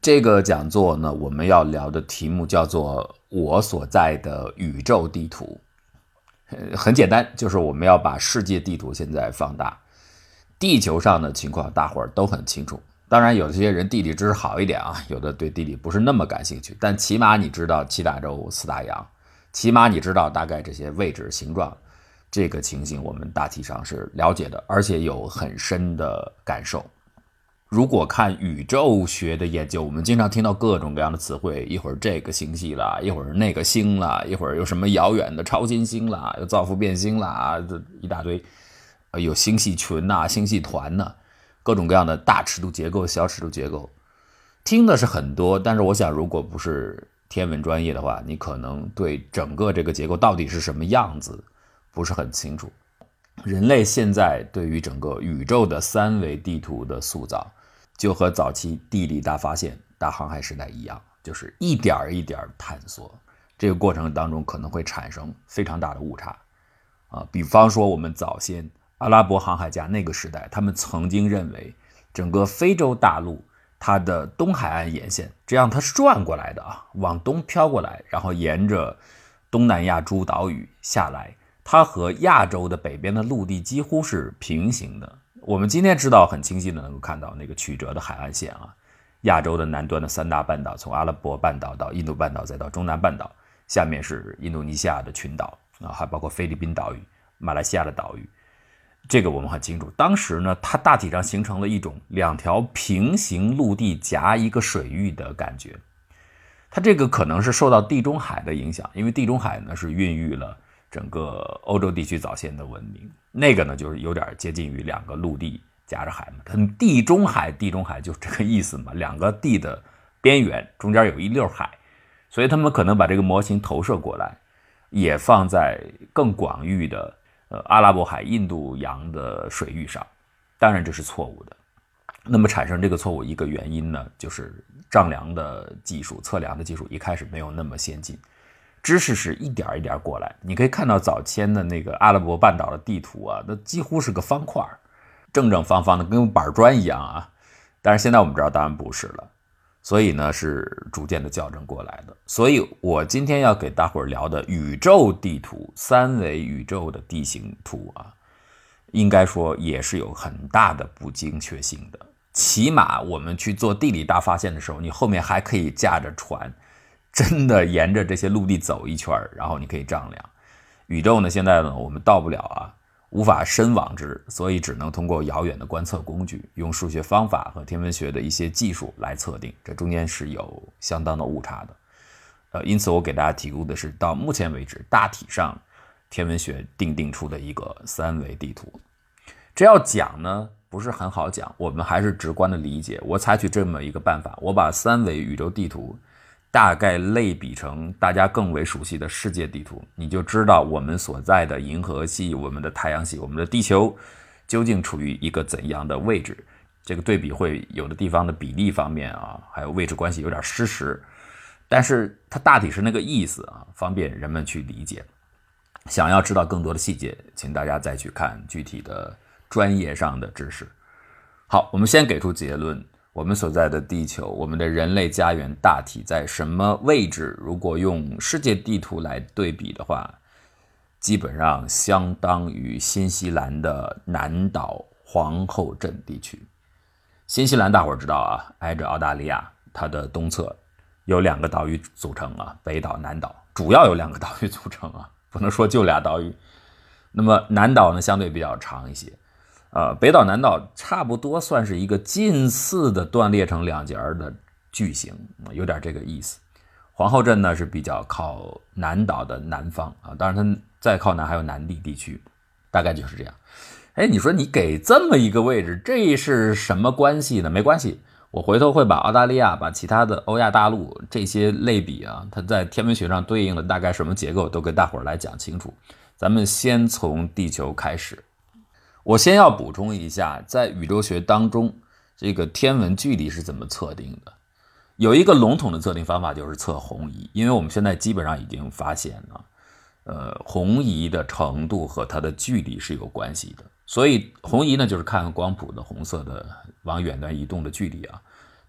这个讲座呢，我们要聊的题目叫做我所在的宇宙地图。很简单，就是我们要把世界地图现在放大，地球上的情况大伙儿都很清楚。当然有些人地理知识好一点啊，有的对地理不是那么感兴趣，但起码你知道7大洲4大洋，起码你知道大概这些位置形状，这个情形我们大体上是了解的，而且有很深的感受。如果看宇宙学的研究，我们经常听到各种各样的词汇，一会儿这个星系啦，一会儿那个星啦，一会儿有什么遥远的超新星啦，有造父变星啦，这一大堆，有星系群呐、星系团呐，各种各样的大尺度结构、小尺度结构，听的是很多，但是我想，如果不是天文专业的话，你可能对整个这个结构到底是什么样子不是很清楚。人类现在对于整个宇宙的3维地图的塑造，就和早期地理大发现、大航海时代一样，就是一点一点探索。这个过程当中可能会产生非常大的误差比方说我们早先阿拉伯航海家那个时代，他们曾经认为整个非洲大陆它的东海岸沿线，这样它是转过来的往东飘过来，然后沿着东南亚诸岛屿下来，它和亚洲的北边的陆地几乎是平行的。我们今天知道很清晰的能够看到那个曲折的海岸线亚洲的南端的3大半岛，从阿拉伯半岛到印度半岛再到中南半岛，下面是印度尼西亚的群岛还包括菲律宾岛屿、马来西亚的岛屿。这个我们很清楚，当时呢，它大体上形成了一种2条平行陆地夹一个水域的感觉。它这个可能是受到地中海的影响，因为地中海呢是孕育了整个欧洲地区早先的文明，那个呢就是有点接近于2个陆地夹着海嘛。它地中海就是这个意思嘛，2个地的边缘中间有一溜海，所以他们可能把这个模型投射过来，也放在更广域的阿拉伯海、印度洋的水域上。当然这是错误的。那么产生这个错误一个原因呢，就是丈量的技术、测量的技术一开始没有那么先进。知识是一点一点过来，你可以看到早先的那个阿拉伯半岛的地图那几乎是个方块，正正方方的，跟板砖一样但是现在我们知道当然不是了，所以呢是逐渐的校正过来的。所以我今天要给大伙儿聊的宇宙地图，3维宇宙的地形图应该说也是有很大的不精确性的。起码我们去做地理大发现的时候，你后面还可以驾着船真的沿着这些陆地走一圈，然后你可以丈量。宇宙呢，现在呢我们到不了无法深往之，所以只能通过遥远的观测工具，用数学方法和天文学的一些技术来测定，这中间是有相当的误差的。因此我给大家提供的是到目前为止大体上天文学定出的一个3维地图。这要讲呢不是很好讲，我们还是直观的理解。我采取这么一个办法，我把3维宇宙地图大概类比成大家更为熟悉的世界地图，你就知道我们所在的银河系、我们的太阳系、我们的地球究竟处于一个怎样的位置。这个对比会有的地方的比例方面还有位置关系有点失实，但是它大体是那个意思方便人们去理解。想要知道更多的细节，请大家再去看具体的专业上的知识。好，我们先给出结论。我们所在的地球，我们的人类家园大体在什么位置？如果用世界地图来对比的话，基本上相当于新西兰的南岛皇后镇地区。新西兰大伙儿知道挨着澳大利亚，它的东侧有2个岛屿组成北岛、南岛，主要有2个岛屿组成不能说就俩岛屿。那么南岛呢，相对比较长一些。北岛南岛差不多算是一个近似的断裂成2截的巨型，有点这个意思。皇后镇呢是比较靠南岛的南方当然它再靠南还有南地地区，大概就是这样。你说你给这么一个位置，这是什么关系呢？没关系，我回头会把澳大利亚、把其他的欧亚大陆这些类比它在天文学上对应的大概什么结构都给大伙儿来讲清楚。咱们先从地球开始。我先要补充一下，在宇宙学当中，这个天文距离是怎么测定的？有一个笼统的测定方法，就是测红移，因为我们现在基本上已经发现红移的程度和它的距离是有关系的。所以红移呢，就是看光谱的红色的往远端移动的距离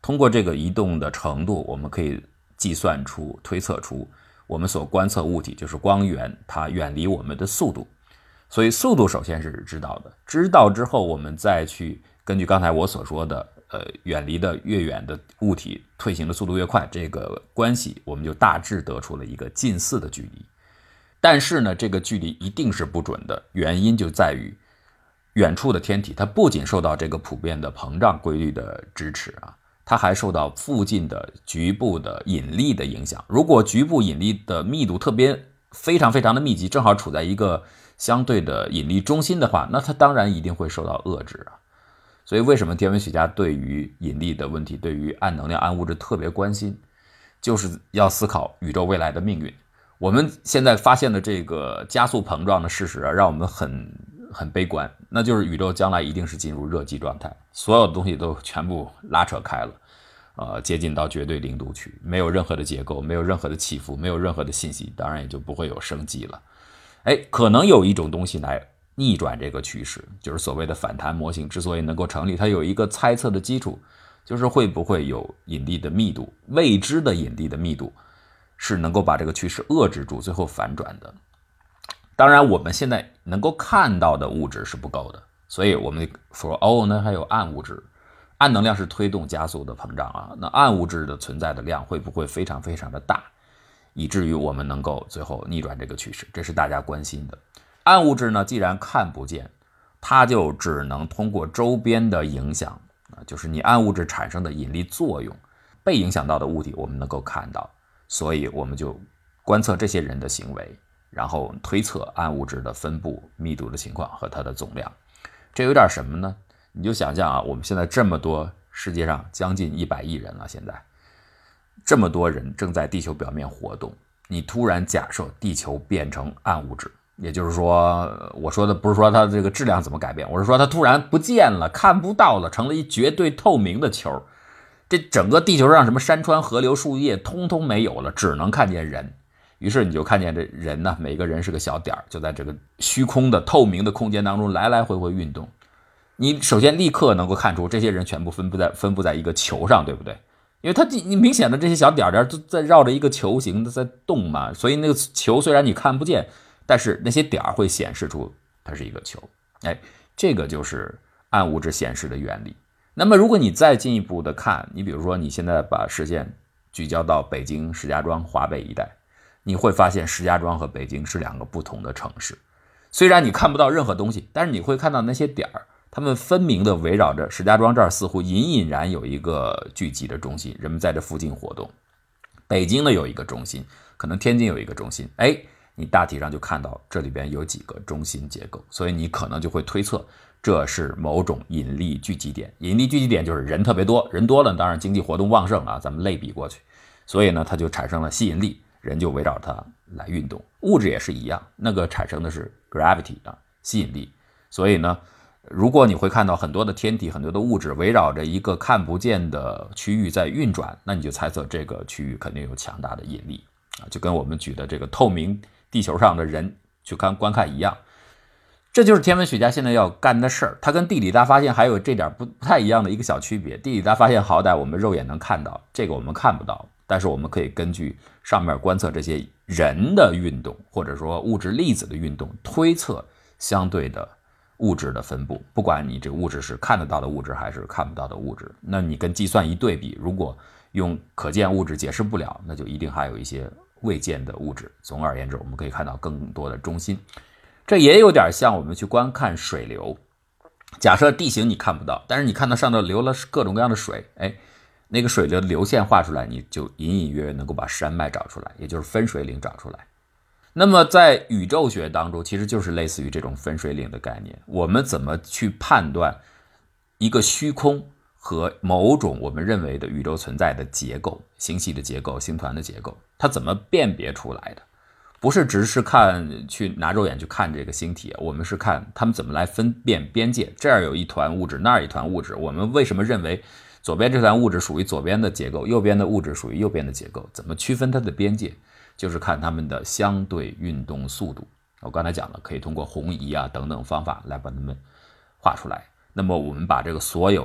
通过这个移动的程度，我们可以计算出、推测出我们所观测物体，就是光源，它远离我们的速度。所以速度首先是知道的，知道之后，我们再去根据刚才我所说的，远离的越远的物体，退行的速度越快，这个关系，我们就大致得出了一个近似的距离。但是呢，这个距离一定是不准的，原因就在于远处的天体，它不仅受到这个普遍的膨胀规律的支持啊，它还受到附近的局部的引力的影响。如果局部引力的密度非常的密集，正好处在一个相对的引力中心的话，那它当然一定会受到遏制啊。所以为什么天文学家对于引力的问题，对于暗能量、暗物质特别关心，就是要思考宇宙未来的命运。我们现在发现的这个加速膨胀的事实啊，让我们很悲观，那就是宇宙将来一定是进入热寂状态，所有的东西都全部拉扯开了，接近到绝对零度区，没有任何的结构，没有任何的起伏，没有任何的信息，当然也就不会有生机了。可能有一种东西来逆转这个趋势，就是所谓的反弹模型之所以能够成立，它有一个猜测的基础，就是会不会有引力的密度，未知的引力的密度是能够把这个趋势遏制住，最后反转的。当然我们现在能够看到的物质是不够的，所以我们说那还有暗物质，暗能量是推动加速的膨胀啊，那暗物质的存在的量会不会非常的大，以至于我们能够最后逆转这个趋势，这是大家关心的。暗物质呢，既然看不见，它就只能通过周边的影响，就是你暗物质产生的引力作用，被影响到的物体我们能够看到，所以我们就观测这些人的行为，然后推测暗物质的分布、密度的情况和它的总量。这有点什么呢？你就想象啊，我们现在这么多，世界上将近100亿人了，现在这么多人正在地球表面活动，你突然假设地球变成暗物质，也就是说，我说的不是说它这个质量怎么改变，我是说它突然不见了，看不到了，成了一绝对透明的球。这整个地球上什么山川河流树叶通通没有了，只能看见人。于是你就看见这人呢，每个人是个小点，就在这个虚空的透明的空间当中来来回回运动。你首先立刻能够看出这些人全部分布在一个球上，对不对？因为你明显的这些小点点都在绕着一个球形的在动嘛，所以那个球虽然你看不见，但是那些点会显示出它是一个球。这个就是暗物质显示的原理。那么如果你再进一步的看，你比如说你现在把视线聚焦到北京、石家庄、华北一带，你会发现石家庄和北京是2个不同的城市。虽然你看不到任何东西，但是你会看到那些点儿，它们分明的围绕着石家庄这儿，似乎隐然有一个聚集的中心，人们在这附近活动。北京呢有一个中心，可能天津有一个中心，你大体上就看到这里边有几个中心结构，所以你可能就会推测这是某种引力聚集点。引力聚集点就是人特别多，人多了当然经济活动旺盛啊，咱们类比过去，所以呢它就产生了吸引力，人就围绕它来运动。物质也是一样，那个产生的是 gravity 啊，吸引力。所以呢如果你会看到很多的天体、很多的物质围绕着一个看不见的区域在运转，那你就猜测这个区域肯定有强大的引力啊，就跟我们举的这个透明地球上的人去观看一样。这就是天文学家现在要干的事儿。它跟地理大发现还有这点不太一样的一个小区别。地理大发现好歹我们肉眼能看到，这个我们看不到，但是我们可以根据上面观测这些人的运动，或者说物质粒子的运动，推测相对的物质的分布。不管你这个物质是看得到的物质还是看不到的物质，那你跟计算一对比，如果用可见物质解释不了，那就一定还有一些未见的物质。总而言之，我们可以看到更多的中心。这也有点像我们去观看水流，假设地形你看不到，但是你看到上头流了各种各样的水，那个水流的流线画出来，你就隐隐约约能够把山脉找出来，也就是分水岭找出来。那么在宇宙学当中，其实就是类似于这种分水岭的概念。我们怎么去判断一个虚空和某种我们认为的宇宙存在的结构，星系的结构、星团的结构，它怎么辨别出来的？不是只是去拿肉眼去看这个星体，我们是看他们怎么来分辨边界。这儿有一团物质，那儿一团物质，我们为什么认为左边这团物质属于左边的结构，右边的物质属于右边的结构？怎么区分它的边界？就是看它们的相对运动速度。我刚才讲了，可以通过红移啊等等方法来把它们画出来。那么我们把这个所有的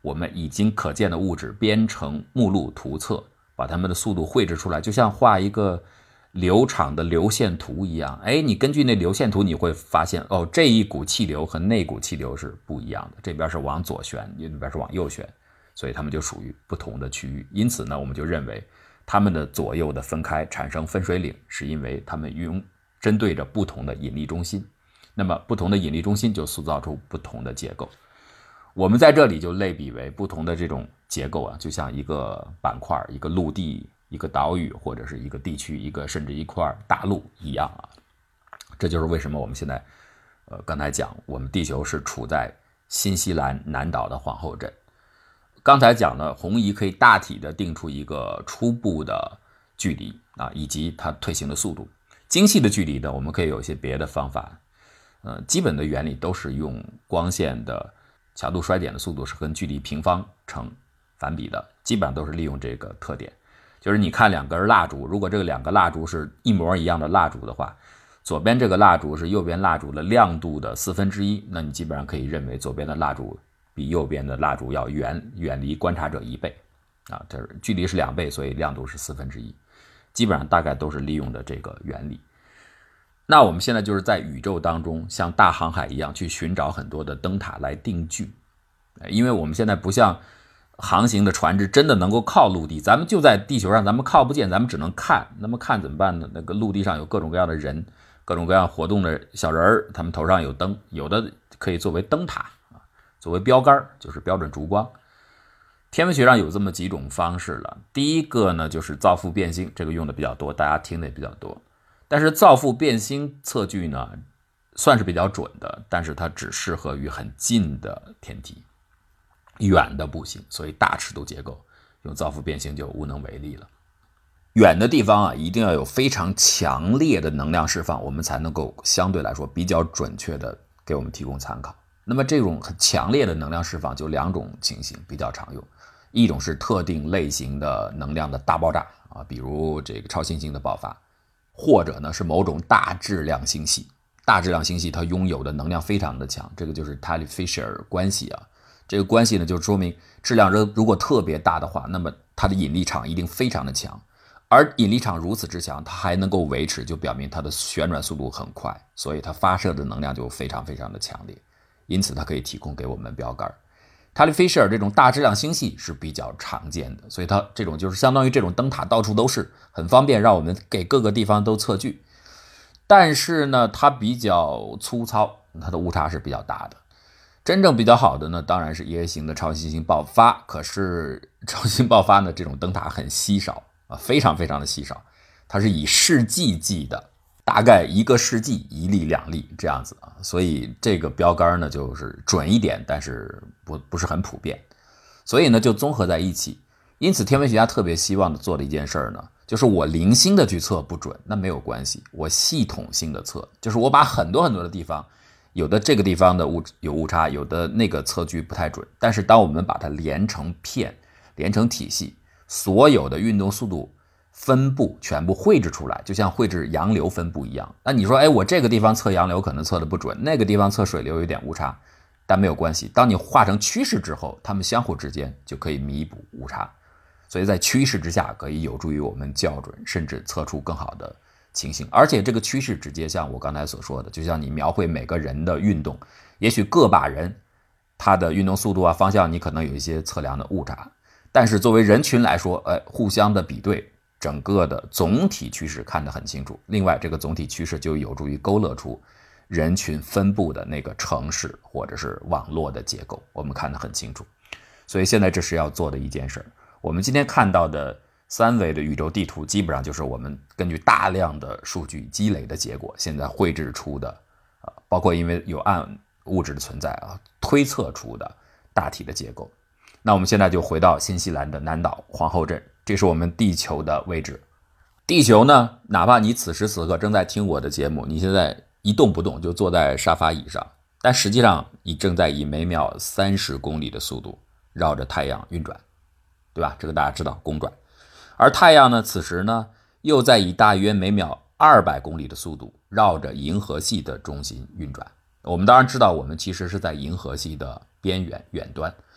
我们已经可见的物质编成目录图册，把它们的速度绘制出来，就像画一个流场的流线图一样。你根据那流线图你会发现，这一股气流和那股气流是不一样的，这边是往左旋，那边是往右旋，所以它们就属于不同的区域。因此呢，我们就认为它们的左右的分开产生分水岭，是因为它们针对着不同的引力中心，那么不同的引力中心就塑造出不同的结构。我们在这里就类比为不同的这种结构啊，就像一个板块、一个陆地、一个岛屿，或者是一个地区、甚至一块大陆一样啊。这就是为什么我们现在刚才讲我们地球是处在新西兰南岛的皇后镇。刚才讲呢，红移可以大体的定出一个初步的距离啊，以及它退行的速度。精细的距离呢，我们可以有一些别的方法。基本的原理都是用光线的强度衰减的速度是跟距离平方成反比的，基本上都是利用这个特点。就是你看两根蜡烛，如果这个两个蜡烛是一模一样的蜡烛的话，左边这个蜡烛是右边蜡烛的亮度的1/4，那你基本上可以认为左边的蜡烛比右边的蜡烛要远离观察者1倍啊，这距离是2倍，所以亮度是1/4，基本上大概都是利用的这个原理。那我们现在就是在宇宙当中像大航海一样去寻找很多的灯塔来定距，因为我们现在不像航行的船只真的能够靠陆地，咱们就在地球上，咱们靠不见，咱们只能看。那么看怎么办呢？那个陆地上有各种各样的人，各种各样活动的小人儿，他们头上有灯，有的可以作为灯塔啊，作为标杆，就是标准烛光。天文学上有这么几种方式了。第一个呢，就是造父变星，这个用的比较多，大家听的也比较多。但是造父变星测距呢，算是比较准的，但是它只适合于很近的天体，远的不行，所以大尺度结构用造父变星就无能为力了。远的地方啊，一定要有非常强烈的能量释放，我们才能够相对来说比较准确的给我们提供参考。那么这种很强烈的能量释放就2种情形比较常用，一种是特定类型的能量的大爆炸啊，比如这个超新星的爆发，或者呢是某种大质量星系。大质量星系它拥有的能量非常的强，这个就是 Tally-Fisher 关系啊。这个关系呢就说明质量如果特别大的话，那么它的引力场一定非常的强，而引力场如此之强，它还能够维持，就表明它的旋转速度很快，所以它发射的能量就非常非常的强烈，因此它可以提供给我们标杆。Tally-Fisher 这种大质量星系是比较常见的，所以它这种就是相当于这种灯塔到处都是，很方便让我们给各个地方都测距。但是呢，它比较粗糙，它的误差是比较大的。真正比较好的呢，当然是夜行的超新星爆发。可是超新星爆发呢，这种灯塔很稀少啊，非常非常的稀少，它是以世纪计的，大概1个世纪1粒2粒这样子啊，所以这个标杆呢就是准一点，但是不是很普遍，所以呢就综合在一起。因此天文学家特别希望做的一件事呢，就是我零星的去测不准，那没有关系，我系统性的测，就是我把很多很多的地方，有的这个地方的有误差，有的那个测距不太准，但是当我们把它连成片，连成体系，所有的运动速度分布全部绘制出来，就像绘制洋流分布一样。那你说我这个地方测洋流可能测的不准，那个地方测水流有点误差，但没有关系，当你画成趋势之后，它们相互之间就可以弥补误差，所以在趋势之下可以有助于我们校准，甚至测出更好的情形。而且这个趋势直接像我刚才所说的，就像你描绘每个人的运动，也许个把人他的运动速度啊方向你可能有一些测量的误差，但是作为人群来说互相的比对，整个的总体趋势看得很清楚。另外这个总体趋势就有助于勾勒出人群分布的那个城市或者是网络的结构，我们看得很清楚。所以现在这是要做的一件事。我们今天看到的3维的宇宙地图基本上就是我们根据大量的数据积累的结果，现在绘制出的包括因为有暗物质的存在啊，推测出的大体的结构。那我们现在就回到新西兰的南岛皇后镇，这是我们地球的位置。地球呢，哪怕你此时此刻正在听我的节目，你现在一动不动就坐在沙发椅上，但实际上你正在以每秒30公里的速度绕着太阳运转，对吧？这个大家知道，公转。而太阳呢，此时呢又在以大约每秒200公里的速度绕着银河系的中心运转。我们当然知道，我们其实是在银河系的边缘远端。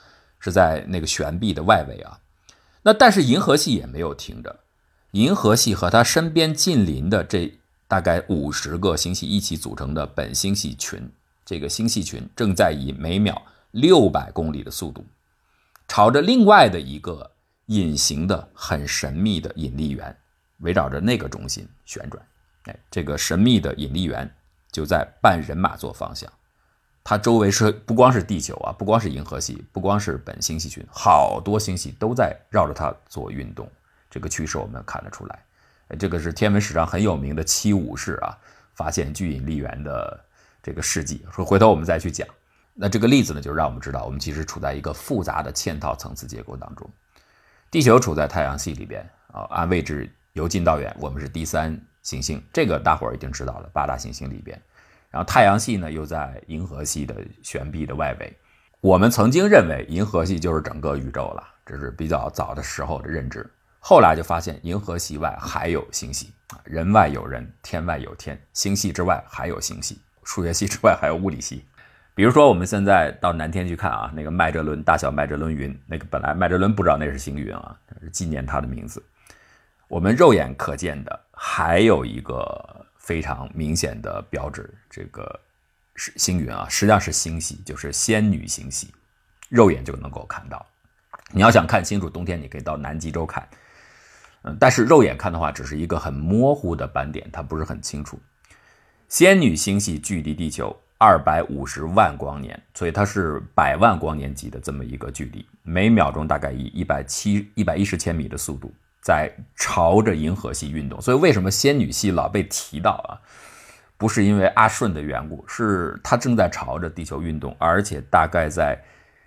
是在那个悬臂的外围啊。那但是银河系也没有停着，银河系和它身边近邻的这大概50个星系一起组成的本星系群，这个星系群正在以每秒600公里的速度，朝着另外的一个隐形的很神秘的引力源，围绕着那个中心旋转。这个神秘的引力源就在半人马座方向，它周围是不光是地球啊，不光是银河系，不光是本星系群，好多星系都在绕着它做运动。这个趋势我们看得出来。这个是天文史上很有名的754式啊，发现巨引力源的这个事迹，说回头我们再去讲。那这个例子呢，就让我们知道我们其实处在一个复杂的嵌套层次结构当中。地球处在太阳系里边啊，按位置由近到远，我们是第3行星，这个大伙儿已经知道了，8大行星里边。然后太阳系呢又在银河系的悬臂的外围。我们曾经认为银河系就是整个宇宙了，这是比较早的时候的认知。后来就发现银河系外还有星系，人外有人，天外有天，星系之外还有星系，数学系之外还有物理系。比如说我们现在到南天去看啊，那个麦哲伦大小麦哲伦云，那个本来麦哲伦不知道那是星云啊，是纪念他的名字。我们肉眼可见的还有一个非常明显的标志，这个是星云啊，实际上是星系，就是仙女星系，肉眼就能够看到。你要想看清楚，冬天你可以到南极洲看，但是肉眼看的话，只是一个很模糊的斑点，它不是很清楚。仙女星系距离地球250万光年，所以它是100万光年级的这么一个距离，每秒钟大概以110千米的速度在朝着银河系运动。所以为什么仙女系老被提到啊？不是因为阿顺的缘故，是它正在朝着地球运动，而且大概在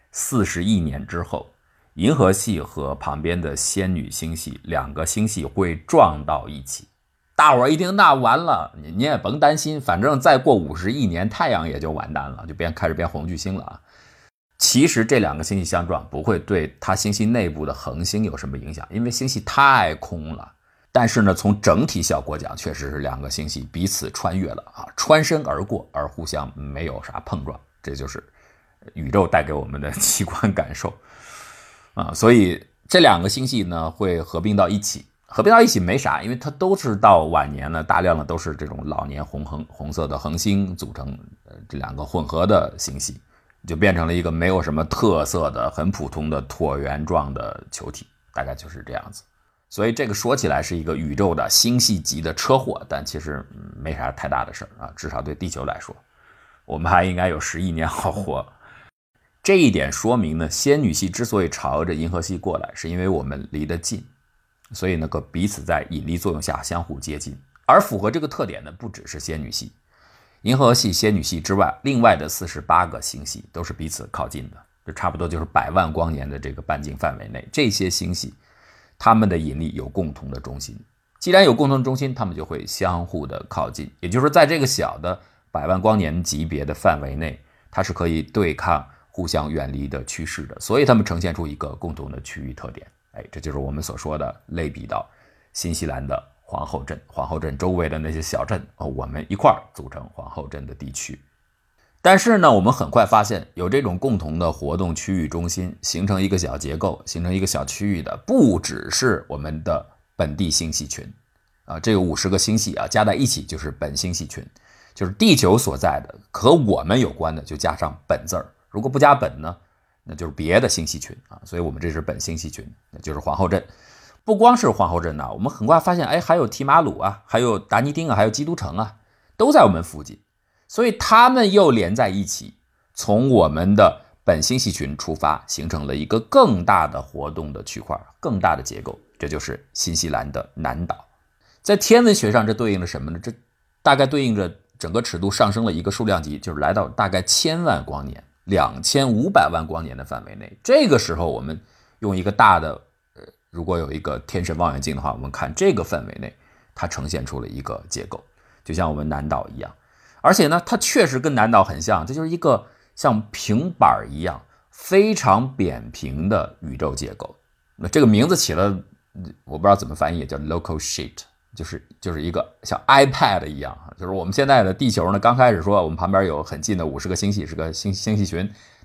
40亿年之后，银河系和旁边的仙女星系2个星系会撞到一起。大伙儿一听，那完了，你也甭担心，反正再过50亿年太阳也就完蛋了，就开始变红巨星了啊。其实这2个星系相撞不会对它星系内部的恒星有什么影响，因为星系太空了。但是呢，从整体效果讲，确实是2个星系彼此穿越了啊，穿身而过，而互相没有啥碰撞，这就是宇宙带给我们的奇观感受啊。所以这2个星系呢会合并到一起。合并到一起没啥，因为它都是到晚年了，大量的都是这种老年红色的恒星组成，这2个混合的星系就变成了一个没有什么特色的很普通的椭圆状的球体，大概就是这样子。所以这个说起来是一个宇宙的星系级的车祸，但其实没啥太大的事啊，至少对地球来说，我们还应该有10亿年好活。这一点说明呢，仙女系之所以朝着银河系过来，是因为我们离得近。所以能够彼此在引力作用下相互接近，而符合这个特点的不只是仙女系，银河系、仙女系之外，另外的48个星系都是彼此靠近的，就差不多就是100万光年的这个半径范围内，这些星系它们的引力有共同的中心，既然有共同的中心，它们就会相互的靠近，也就是说在这个小的100万光年级别的范围内，它是可以对抗互相远离的趋势的，所以它们呈现出一个共同的区域特点。这就是我们所说的类比到新西兰的皇后镇，皇后镇周围的那些小镇，我们一块儿组成皇后镇的地区。但是呢，我们很快发现有这种共同的活动区域中心，形成一个小结构，形成一个小区域的，不只是我们的本地星系群啊，这个50个星系啊加在一起就是本星系群，就是地球所在的和我们有关的就加上本字儿，如果不加本呢，那就是别的星系群啊，所以我们这是本星系群，那就是皇后镇。不光是皇后镇呢，我们很快发现，还有提马鲁啊，还有达尼丁啊，还有基督城啊，都在我们附近，所以它们又连在一起，从我们的本星系群出发，形成了一个更大的活动的区块，更大的结构，这就是新西兰的南岛。在天文学上，这对应了什么呢？这大概对应着整个尺度上升了一个数量级，就是来到大概1000万光年。2500万光年的范围内，这个时候我们用一个大的如果有一个天神望远镜的话，我们看这个范围内，它呈现出了一个结构，就像我们南岛一样。而且呢，它确实跟南岛很像，这就是一个像平板一样非常扁平的宇宙结构。那这个名字起了，我不知道怎么翻译，叫 local sheet， 就是一个像 iPad 一样，就是我们现在的地球呢，刚开始说我们旁边有很近的50个星系，是个星系群，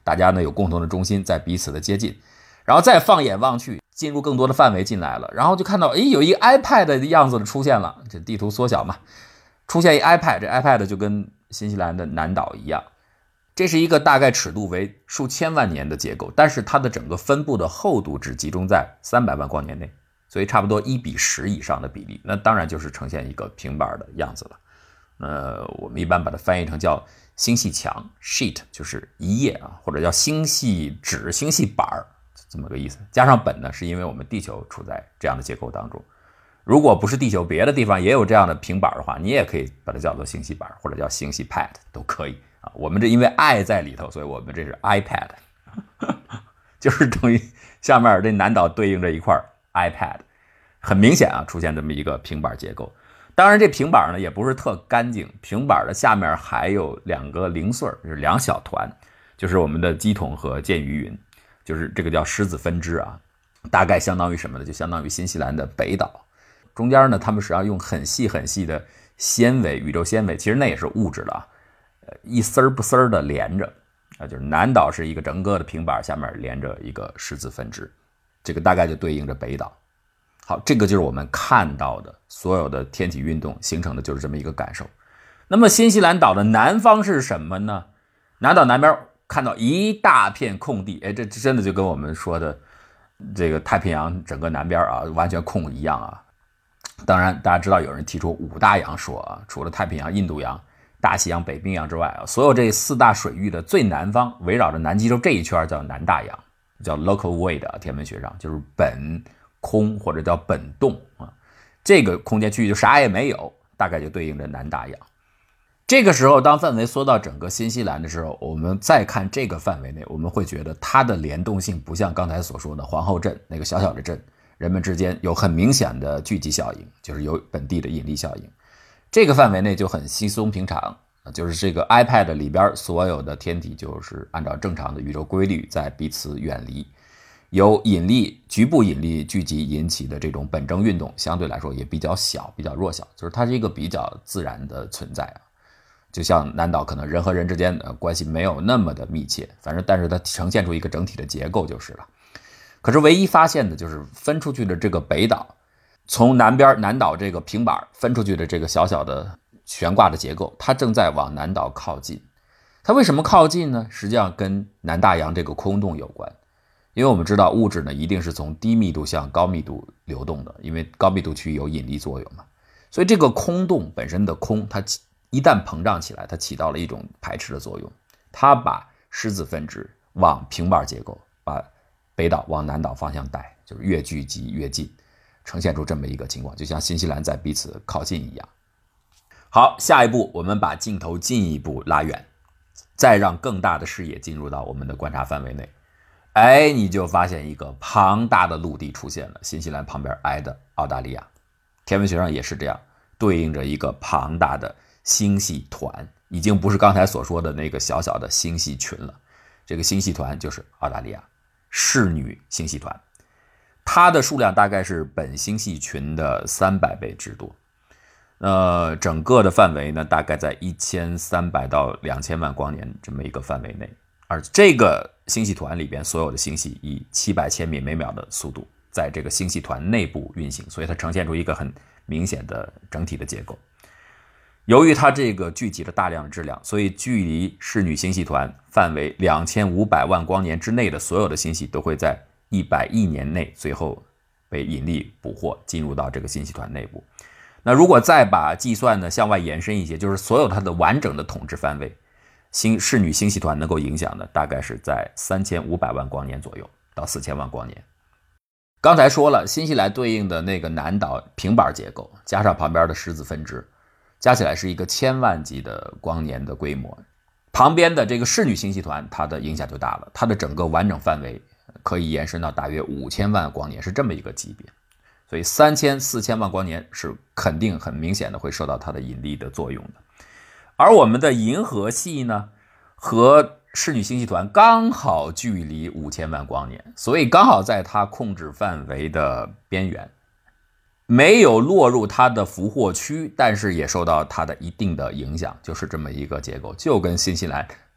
大家呢有共同的中心，在彼此的接近，然后再放眼望去，进入更多的范围进来了，然后就看到，诶，有一个 iPad 的样子出现了，这地图缩小嘛，出现一 iPad， 这 iPad 就跟新西兰的南岛一样，这是一个大概尺度为数千万年的结构，但是它的整个分布的厚度只集中在300万光年内，所以差不多1:10以上的比例，那当然就是呈现一个平板的样子了。我们一般把它翻译成叫星系墙 sheet， 就是一页啊，或者叫星系纸、星系板这么个意思。加上本呢，是因为我们地球处在这样的结构当中。如果不是地球，别的地方也有这样的平板的话，你也可以把它叫做星系板，或者叫星系 pad 都可以啊。我们这因为 i 在里头，所以我们这是 iPad， 就是等于下面这南岛对应着一块 iPad， 很明显啊，出现这么一个平板结构。当然这平板呢也不是特干净，平板的下面还有2个零碎，就是2小团，就是我们的基筒和剑鱼云，就是这个叫狮子分支啊，大概相当于什么呢？就相当于新西兰的北岛。中间呢，他们实际上用很细很细的纤维，宇宙纤维，其实那也是物质的啊，一丝儿不丝儿的连着啊，就是南岛是一个整个的平板，下面连着一个狮子分支，这个大概就对应着北岛。好，这个就是我们看到的所有的天体运动形成的就是这么一个感受。那么新西兰岛的南方是什么呢？南岛南边看到一大片空地，哎，这真的就跟我们说的这个太平洋整个南边啊，完全空一样啊。当然，大家知道有人提出5大洋说啊，除了太平洋、印度洋、大西洋、北冰洋之外啊，所有这4大水域的最南方，围绕着南极洲这一圈叫南大洋，叫 local void 啊，天文学上就是本空或者叫本洞啊，这个空间区域就啥也没有，大概就对应着南大洋。这个时候，当范围缩到整个新西兰的时候，我们再看这个范围内，我们会觉得它的联动性不像刚才所说的皇后镇那个小小的镇，人们之间有很明显的聚集效应，就是有本地的引力效应。这个范围内就很稀松平常，就是这个 iPad 里边所有的天体就是按照正常的宇宙规律在彼此远离。由引力局部引力聚集引起的这种本征运动相对来说也比较小，比较弱小，就是它是一个比较自然的存在啊。就像南岛可能人和人之间关系没有那么的密切，反正但是它呈现出一个整体的结构就是了。可是唯一发现的就是分出去的这个北岛，从南边南岛这个平板分出去的这个小小的悬挂的结构，它正在往南岛靠近。它为什么靠近呢？实际上跟南大洋这个空洞有关。因为我们知道物质呢一定是从低密度向高密度流动的，因为高密度区有引力作用嘛，所以这个空洞本身的空，它一旦膨胀起来，它起到了一种排斥的作用，它把狮子分支往平板结构，把北岛往南岛方向带，就是越聚集越近，呈现出这么一个情况，就像新西兰在彼此靠近一样。好，下一步我们把镜头进一步拉远，再让更大的视野进入到我们的观察范围内。哎，你就发现一个庞大的陆地出现了，新西兰旁边挨的澳大利亚，天文学上也是这样，对应着一个庞大的星系团，已经不是刚才所说的那个小小的星系群了。这个星系团就是澳大利亚侍女星系团，它的数量大概是本星系群的300倍之多。整个的范围呢，大概在1300到2000万光年这么一个范围内。而这个星系团里边所有的星系以700千米每秒的速度在这个星系团内部运行，所以它呈现出一个很明显的整体的结构。由于它这个聚集了大量的质量，所以距离侍女星系团范围2500万光年之内的所有的星系都会在100亿年内最后被引力捕获进入到这个星系团内部。那如果再把计算呢向外延伸一些，就是所有它的完整的统治范围，侍女星系团能够影响的大概是在3500万光年左右到4000万光年。刚才说了，新西兰对应的那个南岛平板结构，加上旁边的狮子分支，加起来是一个1000万级的光年的规模。旁边的这个侍女星系团，它的影响就大了，它的整个完整范围可以延伸到大约5000万光年，是这么一个级别。所以3000、4000万光年是肯定很明显的会受到它的引力的作用的。而我们的银河系呢，和侍女星系团刚好距离5000万光年，所以刚好在它控制范围的边缘，没有落入它的俘获区，但是也受到它的一定的影响，就是这么一个结构，就跟新西兰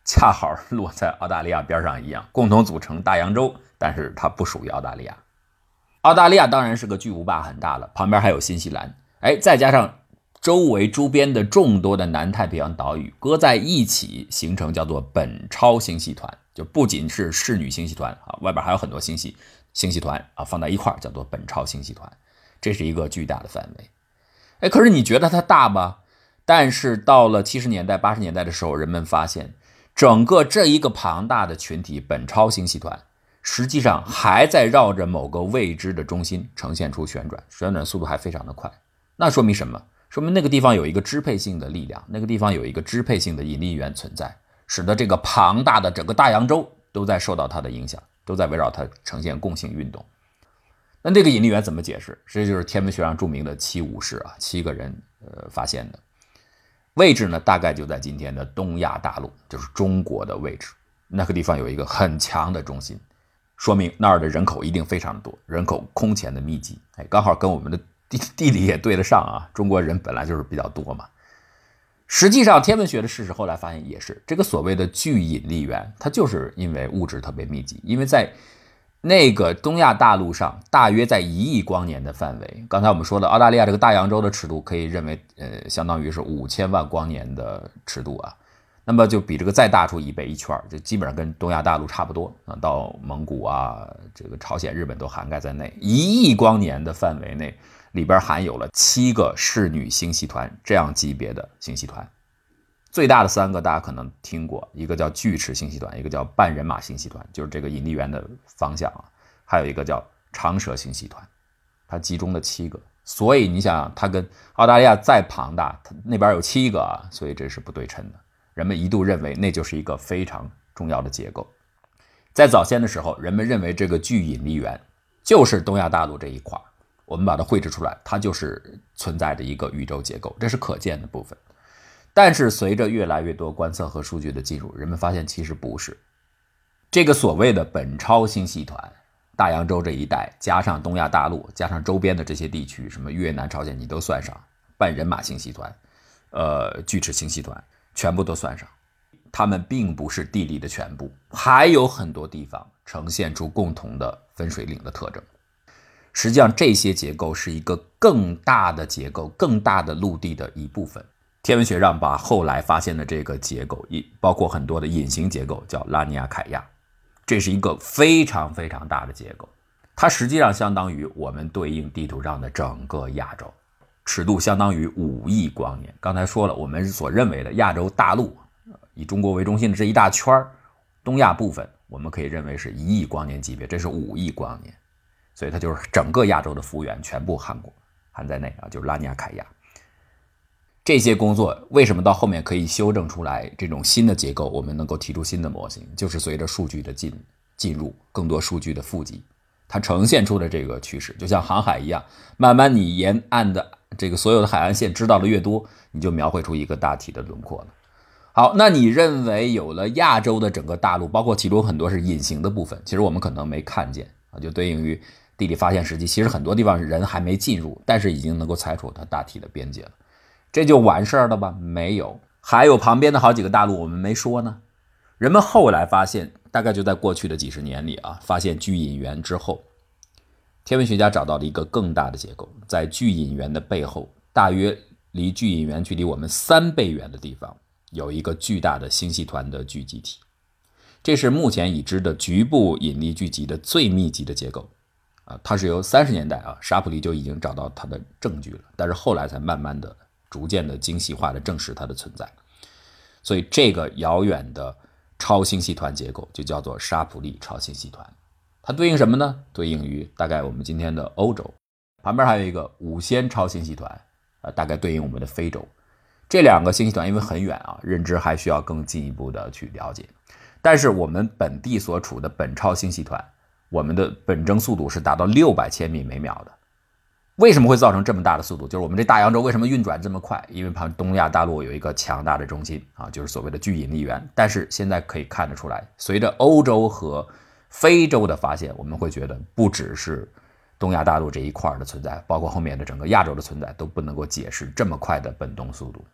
恰好落在澳大利亚边上一样，共同组成大洋洲，但是它不属于澳大利亚。澳大利亚当然是个巨无霸，很大了，旁边还有新西兰，再加上周围周边的众多的南太平洋岛屿搁在一起，形成叫做本超星系团，就不仅是侍女星系团啊，外边还有很多星系团啊，放在一块叫做本超星系团，这是一个巨大的范围。可是你觉得它大吧？但是到了70年代、80年代的时候，人们发现整个这一个庞大的群体本超星系团实际上还在绕着某个未知的中心呈现出旋转速度还非常的快。那说明什么？说明那个地方有一个支配性的力量，那个地方有一个支配性的引力源存在，使得这个庞大的整个大洋洲都在受到它的影响，都在围绕它呈现共性运动。那这个引力源怎么解释？这就是天文学上著名的七武士啊，7个人发现的。位置呢，大概就在今天的东亚大陆，就是中国的位置。那个地方有一个很强的中心，说明那儿的人口一定非常的多，人口空前的密集。刚好跟我们的地理也对得上啊，中国人本来就是比较多嘛。实际上天文学的事实后来发现也是，这个所谓的巨引力源，它就是因为物质特别密集，因为在那个东亚大陆上大约在1亿光年的范围，刚才我们说了，澳大利亚这个大洋洲的尺度可以认为相当于是5000万光年的尺度啊，那么就比这个再大出1倍1圈，就基本上跟东亚大陆差不多啊，到蒙古啊，这个朝鲜、日本都涵盖在内。1亿光年的范围内，里边含有了7个侍女星系团这样级别的星系团。最大的3个大家可能听过，一个叫巨齿星系团，一个叫半人马星系团，就是这个引力源的方向啊，还有一个叫长蛇星系团，它集中了7个。所以你想，它跟澳大利亚再庞大，它那边有7个啊，所以这是不对称的。人们一度认为那就是一个非常重要的结构。在早先的时候，人们认为这个巨引力源就是东亚大陆这一块，我们把它绘制出来，它就是存在的一个宇宙结构，这是可见的部分。但是随着越来越多观测和数据的进入，人们发现其实不是。这个所谓的本超星系团，大洋洲这一带，加上东亚大陆，加上周边的这些地区，什么越南、朝鲜你都算上，半人马星系团，巨齿星系团，全部都算上。它们并不是地理的全部，还有很多地方呈现出共同的分水岭的特征。实际上这些结构是一个更大的结构，更大的陆地的一部分。天文学上把后来发现的这个结构，包括很多的隐形结构，叫拉尼亚凯亚，这是一个非常非常大的结构，它实际上相当于我们对应地图上的整个亚洲，尺度相当于5亿光年。刚才说了，我们所认为的亚洲大陆，以中国为中心的这一大圈，东亚部分我们可以认为是1亿光年级别，这是5亿光年，所以它就是整个亚洲的幅员全部含在内啊，就是拉尼亚凯亚。这些工作为什么到后面可以修正出来这种新的结构，我们能够提出新的模型，就是随着数据的进入，更多数据的富集，它呈现出的这个趋势，就像航海一样，慢慢你沿岸的这个所有的海岸线知道的越多，你就描绘出一个大体的轮廓了。好，那你认为有了亚洲的整个大陆，包括其中很多是隐形的部分，其实我们可能没看见啊，就对应于地理发现时期，其实很多地方人还没进入，但是已经能够猜出它大体的边界了。这就完事儿了吧？没有，还有旁边的好几个大陆我们没说呢。人们后来发现，大概就在过去的几十年里啊，发现巨引源之后，天文学家找到了一个更大的结构，在巨引源的背后，大约离巨引源距离我们3倍远的地方，有一个巨大的星系团的聚集体。这是目前已知的局部引力聚集的最密集的结构啊，它是由30年代啊，沙普利就已经找到它的证据了，但是后来才慢慢的逐渐的精细化的证实它的存在。所以这个遥远的超星系团结构就叫做沙普利超星系团。它对应什么呢？对应于大概我们今天的欧洲，旁边还有一个五仙超星系团，大概对应我们的非洲。这2个星系团因为很远啊，认知还需要更进一步的去了解。但是我们本地所处的本超星系团，我们的本征速度是达到600千米每秒的。为什么会造成这么大的速度？就是我们这大洋洲为什么运转这么快？因为旁东亚大陆有一个强大的中心啊，就是所谓的巨引力源。但是现在可以看得出来，随着欧洲和非洲的发现，我们会觉得不只是东亚大陆这一块的存在，包括后面的整个亚洲的存在都不能够解释这么快的本动速度。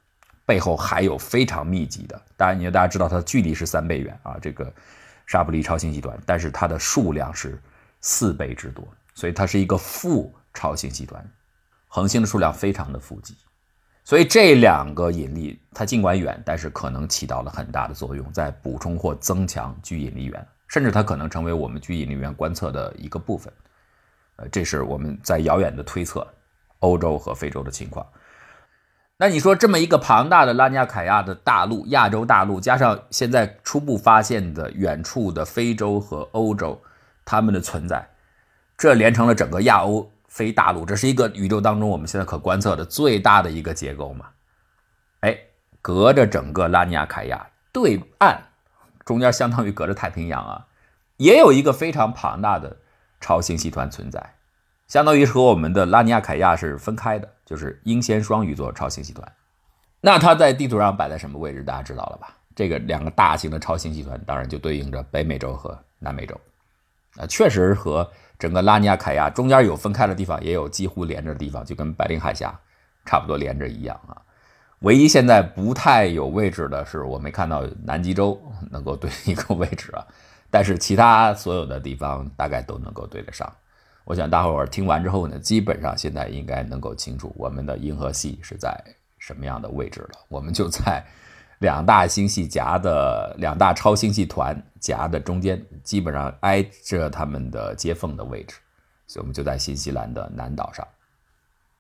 背后还有非常密集的，当然大家知道它的距离是3倍远啊，这个沙普利超星系团，但是它的数量是4倍之多，所以它是一个副超星系团，恒星的数量非常的富集。所以这2个引力它尽管远，但是可能起到了很大的作用，在补充或增强距引力源，甚至它可能成为我们距引力源观测的一个部分。这是我们在遥远的推测欧洲和非洲的情况。那你说这么一个庞大的拉尼亚凯亚的大陆，亚洲大陆，加上现在初步发现的远处的非洲和欧洲，它们的存在，这连成了整个亚欧非大陆，这是一个宇宙当中我们现在可观测的最大的一个结构嘛。隔着整个拉尼亚凯亚对岸，中间相当于隔着太平洋啊，也有一个非常庞大的超星系团存在，相当于和我们的拉尼亚凯亚是分开的，就是英仙双鱼座超星系团。那它在地图上摆在什么位置大家知道了吧？这个2个大型的超星系团当然就对应着北美洲和南美洲。确实和整个拉尼亚凯亚中间有分开的地方，也有几乎连着的地方，就跟白令海峡差不多连着一样啊。唯一现在不太有位置的是我没看到南极洲能够对一个位置啊，但是其他所有的地方大概都能够对得上。我想大伙儿听完之后呢，基本上现在应该能够清楚我们的银河系是在什么样的位置了。我们就在2大星系夹的2大超星系团夹的中间，基本上挨着他们的接缝的位置，所以我们就在新西兰的南岛上。